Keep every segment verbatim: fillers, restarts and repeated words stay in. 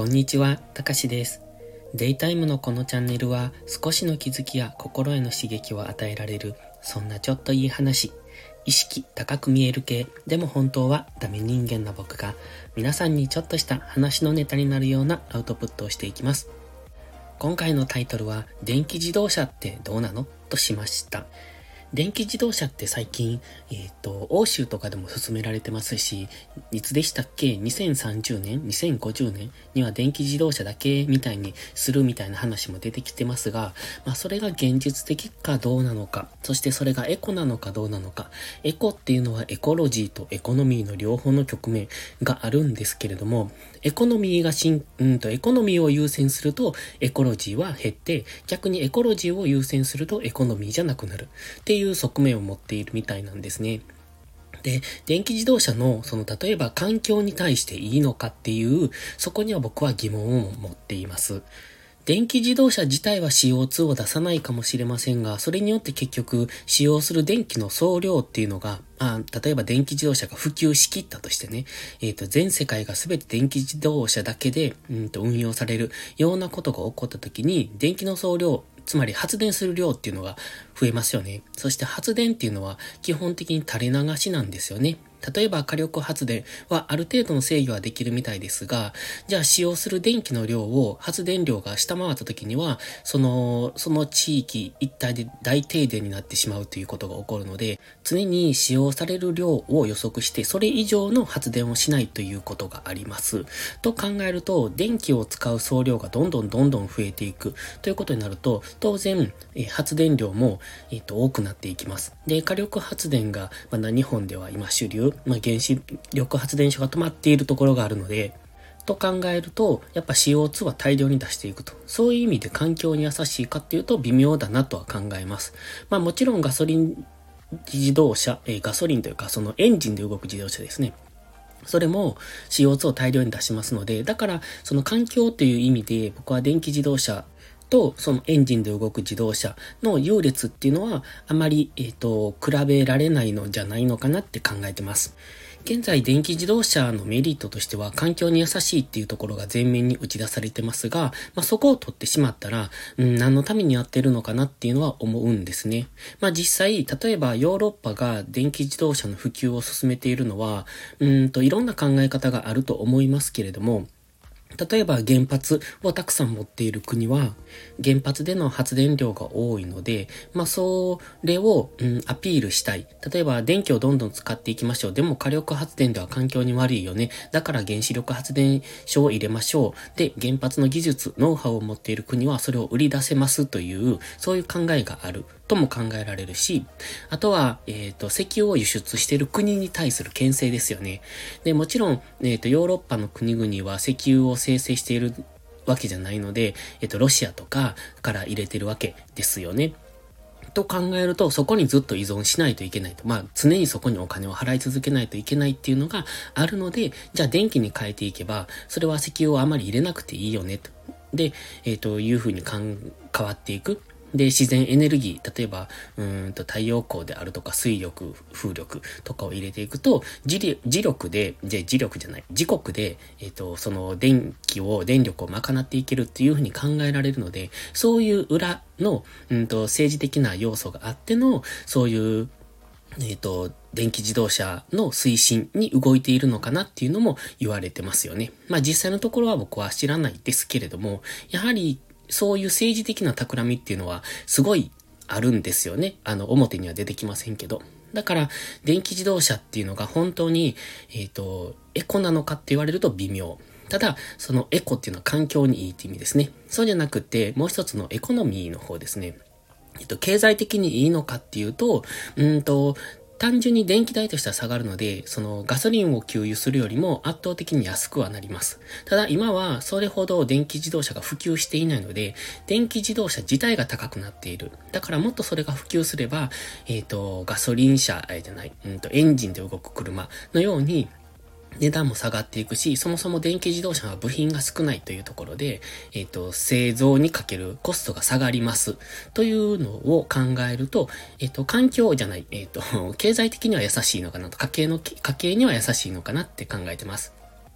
こんにちは、たかしです。デイタイムのこのチャンネルは少しの気づきや心への刺激を与えられる、そんなちょっといい話、意識高く見える系、でも本当はダメ人間な僕が皆さんにちょっとした話のネタになるようなアウトプットをしていきます。今回のタイトルは電気自動車ってどうなの？としました。電気自動車って最近、えっと、欧州とかでも進められてますし、いつでしたっけ ?にせんさんじゅうねん、にせんごじゅうねんには電気自動車だけみたいにするみたいな話も出てきてますが、まあそれが現実的かどうなのか、そしてそれがエコなのかどうなのか、エコっていうのはエコロジーとエコノミーの両方の局面があるんですけれども、エコノミーがしん、うんとエコノミーを優先するとエコロジーは減って、逆にエコロジーを優先するとエコノミーじゃなくなるっていういう側面を持っているみたいなんですね。で、電気自動車の、その、例えば環境に対していいのかっていう、そこには僕は疑問を持っています。電気自動車自体は シーオーツー を出さないかもしれませんが、それによって結局使用する電気の総量っていうのが、あ例えば電気自動車が普及しきったとしてね、えっと、全世界が全て電気自動車だけで、うんと運用されるようなことが起こった時に、電気の総量、つまり発電する量っていうのが増えますよね。そして発電っていうのは基本的に垂れ流しなんですよね。例えば火力発電はある程度の制御はできるみたいですが、じゃあ使用する電気の量を発電量が下回った時には、その、その地域一帯で大停電になってしまうということが起こるので、常に使用される量を予測して、それ以上の発電をしないということがあります。と考えると、電気を使う総量がどんどんどんどん増えていくということになると、当然、え発電量も、えっと、多くなっていきます。で、火力発電が、まだ日本では今主流、まあ、原子力発電所が止まっているところがあるので、と考えると、やっぱ シーオーツー は大量に出していくと。そういう意味で環境に優しいかっていうと微妙だなとは考えます。まあもちろんガソリン自動車、えー、ガソリンというかそのエンジンで動く自動車ですね。それも シーオーツー を大量に出しますので、だからその環境という意味で僕は電気自動車とそのエンジンで動く自動車の優劣っていうのはあまり、えっと、比べられないのじゃないのかなって考えてます。現在電気自動車のメリットとしては環境に優しいっていうところが前面に打ち出されてますが、まあ、そこを取ってしまったら、うん、何のためにやってるのかなっていうのは思うんですね。まあ実際、例えばヨーロッパが電気自動車の普及を進めているのは、うんといろんな考え方があると思いますけれども、例えば原発をたくさん持っている国は原発での発電量が多いので、まあそれを、うん、アピールしたい。例えば電気をどんどん使っていきましょう。でも火力発電では環境に悪いよね。だから原子力発電所を入れましょう。で、原発の技術、ノウハウを持っている国はそれを売り出せますという、そういう考えがあるとも考えられるし、あとは、えっと、石油を輸出している国に対する牽制ですよね。で、もちろん、えっと、ヨーロッパの国々は石油を生成しているわけじゃないので、えっと、ロシアとかから入れてるわけですよね。と考えると、そこにずっと依存しないといけないと。まあ、常にそこにお金を払い続けないといけないっていうのがあるので、じゃあ電気に変えていけば、それは石油をあまり入れなくていいよね、と。で、えっと、いうふうにかん変わっていく。で、自然エネルギー、例えば、うーんと太陽光であるとか水力、風力とかを入れていくと、自自力で、じゃ自力じゃない、自国で、えっと、その電気を、電力を賄っていけるっていうふうに考えられるので、そういう裏の、うんと、政治的な要素があっての、そういう、えっと、電気自動車の推進に動いているのかなっていうのも言われてますよね。まあ実際のところは僕は知らないですけれども、やはり、そういう政治的な企みっていうのはすごいあるんですよね。あの、表には出てきませんけど。だから、電気自動車っていうのが本当に、えっと、エコなのかって言われると微妙。ただ、そのエコっていうのは環境にいいって意味ですね。そうじゃなくて、もう一つのエコノミーの方ですね。えっと、経済的にいいのかっていうと、うんと、単純に電気代としては下がるので、そのガソリンを給油するよりも圧倒的に安くはなります。ただ今はそれほど電気自動車が普及していないので、電気自動車自体が高くなっている。だからもっとそれが普及すれば、えっと、ガソリン車、えー、じゃない、うんと、エンジンで動く車のように、値段も下がっていくし、そもそも電気自動車は部品が少ないというところで、えっと、製造にかけるコストが下がります。というのを考えると、えっと、環境じゃない、えっと、経済的には優しいのかなと、家計の、家計には優しいのかなって考えてます。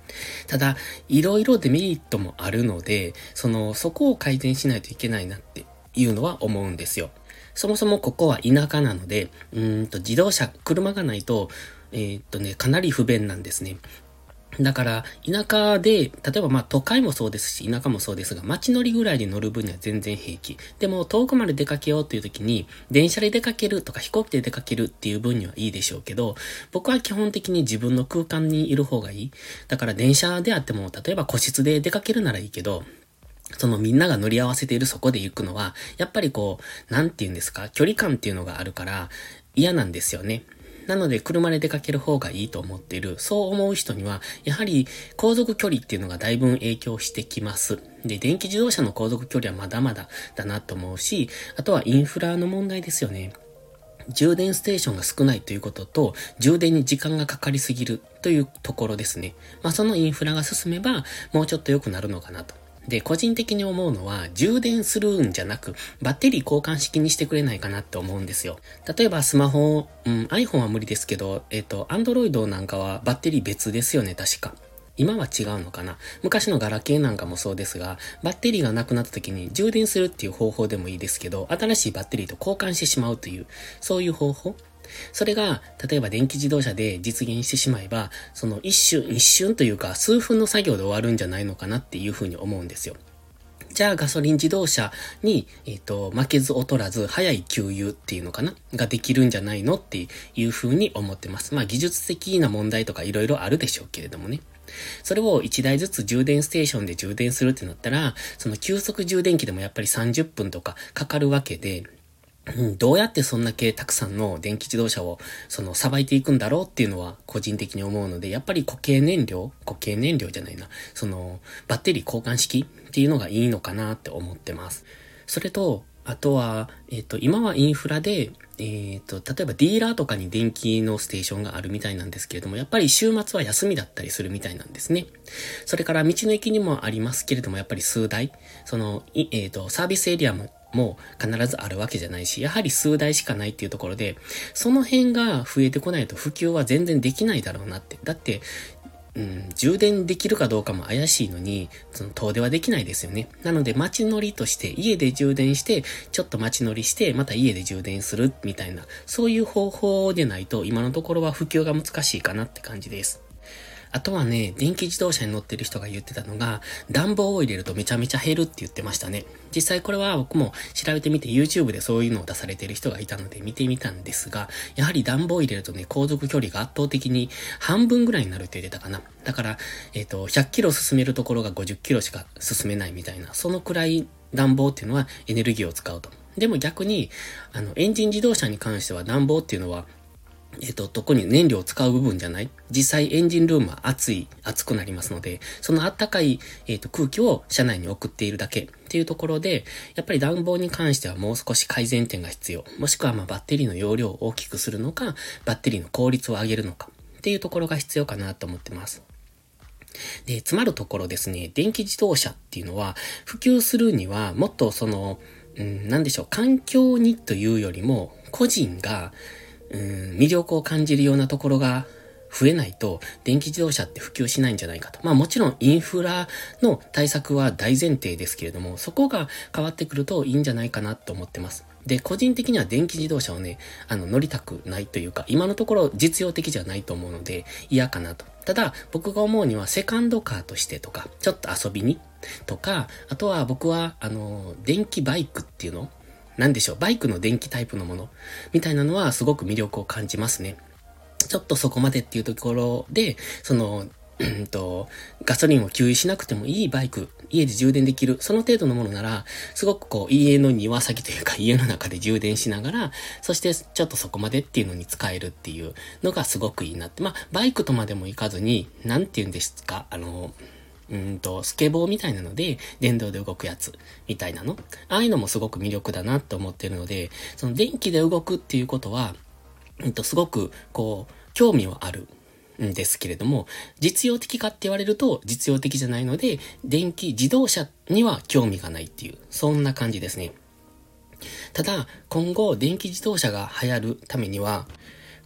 ただ、いろいろデメリットもあるので、その、そこを改善しないといけないなっていうのは思うんですよ。そもそもここは田舎なので、うーんと自動車、車がないと、えーっとね、かなり不便なんですね。だから、田舎で、例えばまあ都会もそうですし、田舎もそうですが、街乗りぐらいで乗る分には全然平気。でも、遠くまで出かけようという時に、電車で出かけるとか飛行機で出かけるっていう分にはいいでしょうけど、僕は基本的に自分の空間にいる方がいい。だから電車であっても、例えば個室で出かけるならいいけど、そのみんなが乗り合わせているそこで行くのは、やっぱりこう、なんて言うんですか、距離感っていうのがあるから嫌なんですよね。なので車で出かける方がいいと思っている。そう思う人には、やはり航続距離っていうのがだいぶ影響してきます。で、電気自動車の航続距離はまだまだだなと思うし、あとはインフラの問題ですよね。充電ステーションが少ないということと、充電に時間がかかりすぎるというところですね。まあそのインフラが進めば、もうちょっと良くなるのかなと。で、個人的に思うのは、充電するんじゃなく、バッテリー交換式にしてくれないかなって思うんですよ。例えばスマホ、うん、iPhone は無理ですけど、えっと、Android なんかはバッテリー別ですよね、確か。今は違うのかな。昔のガラケーなんかもそうですが、バッテリーがなくなった時に充電するっていう方法でもいいですけど、新しいバッテリーと交換してしまうという、そういう方法。それが、例えば電気自動車で実現してしまえば、その一瞬、一瞬というか数分の作業で終わるんじゃないのかなっていうふうに思うんですよ。じゃあガソリン自動車に、えっと、負けず劣らず早い給油っていうのかなができるんじゃないのっていうふうに思ってます。まあ技術的な問題とかいろいろあるでしょうけれどもね。それをいちだいずつ充電ステーションで充電するってなったら、その急速充電器でもやっぱりさんじゅっぷんとかかかるわけで、うん、どうやってそんだけたくさんの電気自動車を、その、さばいていくんだろうっていうのは、個人的に思うので、やっぱり固形燃料固形燃料じゃないな。その、バッテリー交換式っていうのがいいのかなって思ってます。それと、あとは、えっと、今はインフラで、えっと、例えばディーラーとかに電気のステーションがあるみたいなんですけれども、やっぱり週末は休みだったりするみたいなんですね。それから道の駅にもありますけれども、やっぱり数台、その、えっと、サービスエリアももう必ずあるわけじゃないし、やはり数台しかないっていうところで、その辺が増えてこないと普及は全然できないだろうなって。だって、うん、充電できるかどうかも怪しいのに、その遠出はできないですよね。なので街乗りとして家で充電して、ちょっと街乗りして、また家で充電するみたいな、そういう方法でないと今のところは普及が難しいかなって感じです。あとはね、電気自動車に乗ってる人が言ってたのが、暖房を入れるとめちゃめちゃ減るって言ってましたね。実際これは僕も調べてみて YouTube でそういうのを出されてる人がいたので見てみたんですが、やはり暖房を入れるとね、航続距離が圧倒的に半分ぐらいになるって言ってたかな。だから、えっと、ひゃっキロ進めるところがごじゅっキロしか進めないみたいな、そのくらい暖房っていうのはエネルギーを使うと。でも逆に、あの、エンジン自動車に関しては暖房っていうのはえっと、特に燃料を使う部分じゃない。実際エンジンルームは熱い、熱くなりますので、その暖かい、えっと、空気を車内に送っているだけっていうところで、やっぱり暖房に関してはもう少し改善点が必要。もしくはまあバッテリーの容量を大きくするのか、バッテリーの効率を上げるのかっていうところが必要かなと思ってます。で、つまるところですね、電気自動車っていうのは普及するにはもっとその、うん、なんでしょう、環境にというよりも個人がうん、魅力を感じるようなところが増えないと電気自動車って普及しないんじゃないかと。まあもちろんインフラの対策は大前提ですけれども、そこが変わってくるといいんじゃないかなと思ってます。で、個人的には電気自動車をね、あの乗りたくないというか、今のところ実用的じゃないと思うので嫌かなと。ただ僕が思うにはセカンドカーとしてとか、ちょっと遊びにとか、あとは僕はあの電気バイクっていうのなんでしょう、バイクの電気タイプのものみたいなのはすごく魅力を感じますね。ちょっとそこまでっていうところで、その、うんと、ガソリンを給油しなくてもいいバイク、家で充電できる、その程度のものなら、すごくこう、家の庭先というか家の中で充電しながら、そしてちょっとそこまでっていうのに使えるっていうのがすごくいいなって。まあ、バイクとまでもいかずに、なんて言うんですか、あの、うんと、スケボーみたいなので、電動で動くやつ、みたいなの。ああいうのもすごく魅力だなと思ってるので、その電気で動くっていうことは、うんと、すごく、こう、興味はあるんですけれども、実用的かって言われると、実用的じゃないので、電気自動車には興味がないっていう、そんな感じですね。ただ、今後、電気自動車が流行るためには、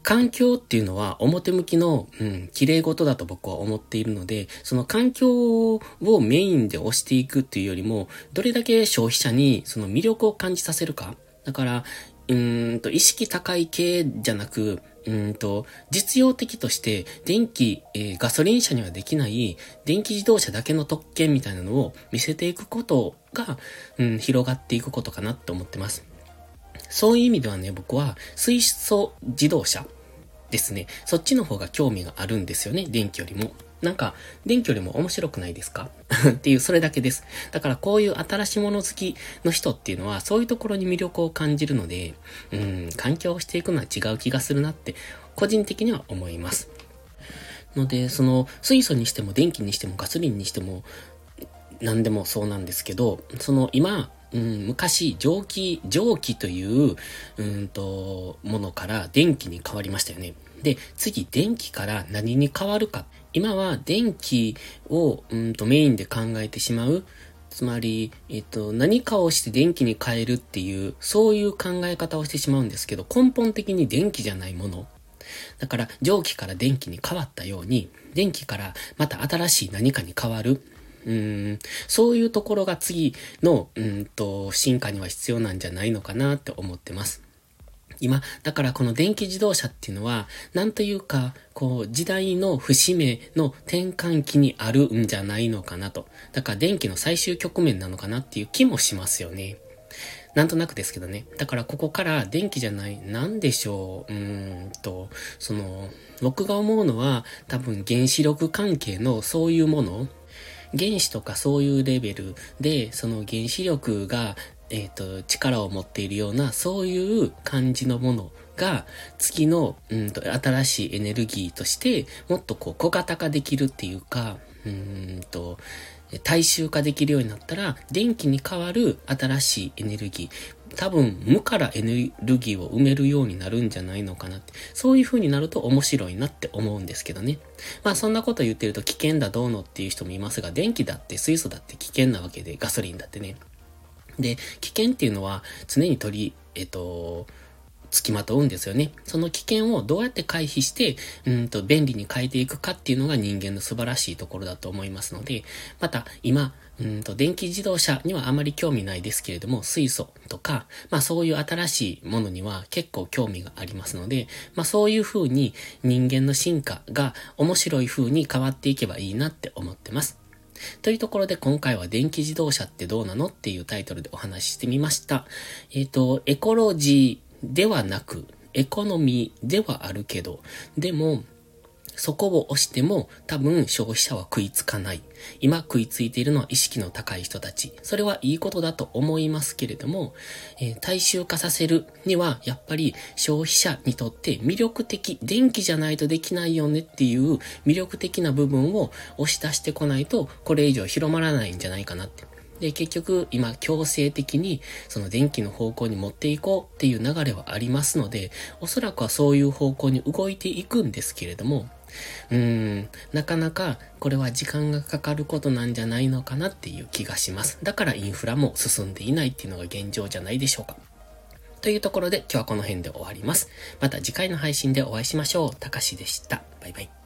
環境っていうのは表向きの、うん、綺麗事だと僕は思っているので、その環境をメインで推していくっていうよりも、どれだけ消費者にその魅力を感じさせるか。だから、うーんと、意識高い系じゃなく、うーんと、実用的として、電気、えーガソリン車にはできない、電気自動車だけの特権みたいなのを見せていくことが、うん、広がっていくことかなと思ってます。そういう意味ではね、僕は水素自動車ですね。そっちの方が興味があるんですよね、電気よりも。なんか、電気よりも面白くないですかっていう、それだけです。だからこういう新しいもの好きの人っていうのは、そういうところに魅力を感じるので、うん、環境をしていくのは違う気がするなって、個人的には思います。ので、その、水素にしても電気にしてもガソリンにしても、何でもそうなんですけど、その今、うん、昔、蒸気、蒸気という、うんと、ものから電気に変わりましたよね。で、次、電気から何に変わるか。今は電気を、うんと、メインで考えてしまう。つまり、えっと、何かをして電気に変えるっていう、そういう考え方をしてしまうんですけど、根本的に電気じゃないもの。だから、蒸気から電気に変わったように、電気からまた新しい何かに変わる。うーん、そういうところが次の、うんと、進化には必要なんじゃないのかなって思ってます。今、だからこの電気自動車っていうのは、なんというか、こう、時代の節目の転換期にあるんじゃないのかなと。だから電気の最終局面なのかなっていう気もしますよね。なんとなくですけどね。だからここから電気じゃない、なんでしょう、うーんと、その、僕が思うのは多分原子力関係のそういうもの、原子とかそういうレベルで、その原子力が、えっと、力を持っているような、そういう感じのものが、次の、うんと、新しいエネルギーとして、もっとこう、小型化できるっていうか、うーんと、大衆化できるようになったら、電気に代わる新しいエネルギー、多分無からエネルギーを埋めるようになるんじゃないのかなって。そういう風になると面白いなって思うんですけどね。まあそんなこと言ってると危険だどうのっていう人もいますが、電気だって水素だって危険なわけで、ガソリンだってね。で、危険っていうのは常に取り、えっと、付きまとうんですよね。その危険をどうやって回避して、うんと、便利に変えていくかっていうのが人間の素晴らしいところだと思いますので、また今、うんと、電気自動車にはあまり興味ないですけれども、水素とか、まあそういう新しいものには結構興味がありますので、まあそういう風に人間の進化が面白い風に変わっていけばいいなって思ってます。というところで今回は電気自動車ってどうなのっていうタイトルでお話ししてみました。えっと、エコロジー、ではなく、エコノミーではあるけど、でも、そこを押しても多分消費者は食いつかない。今食いついているのは意識の高い人たち。それはいいことだと思いますけれども、えー、大衆化させるにはやっぱり消費者にとって魅力的、電気じゃないとできないよねっていう魅力的な部分を押し出してこないとこれ以上広まらないんじゃないかなって。で、結局、今、強制的に、その電気の方向に持っていこうっていう流れはありますので、おそらくはそういう方向に動いていくんですけれども、うーん、なかなか、これは時間がかかることなんじゃないのかなっていう気がします。だからインフラも進んでいないっていうのが現状じゃないでしょうか。というところで、今日はこの辺で終わります。また次回の配信でお会いしましょう。たかしでした。バイバイ。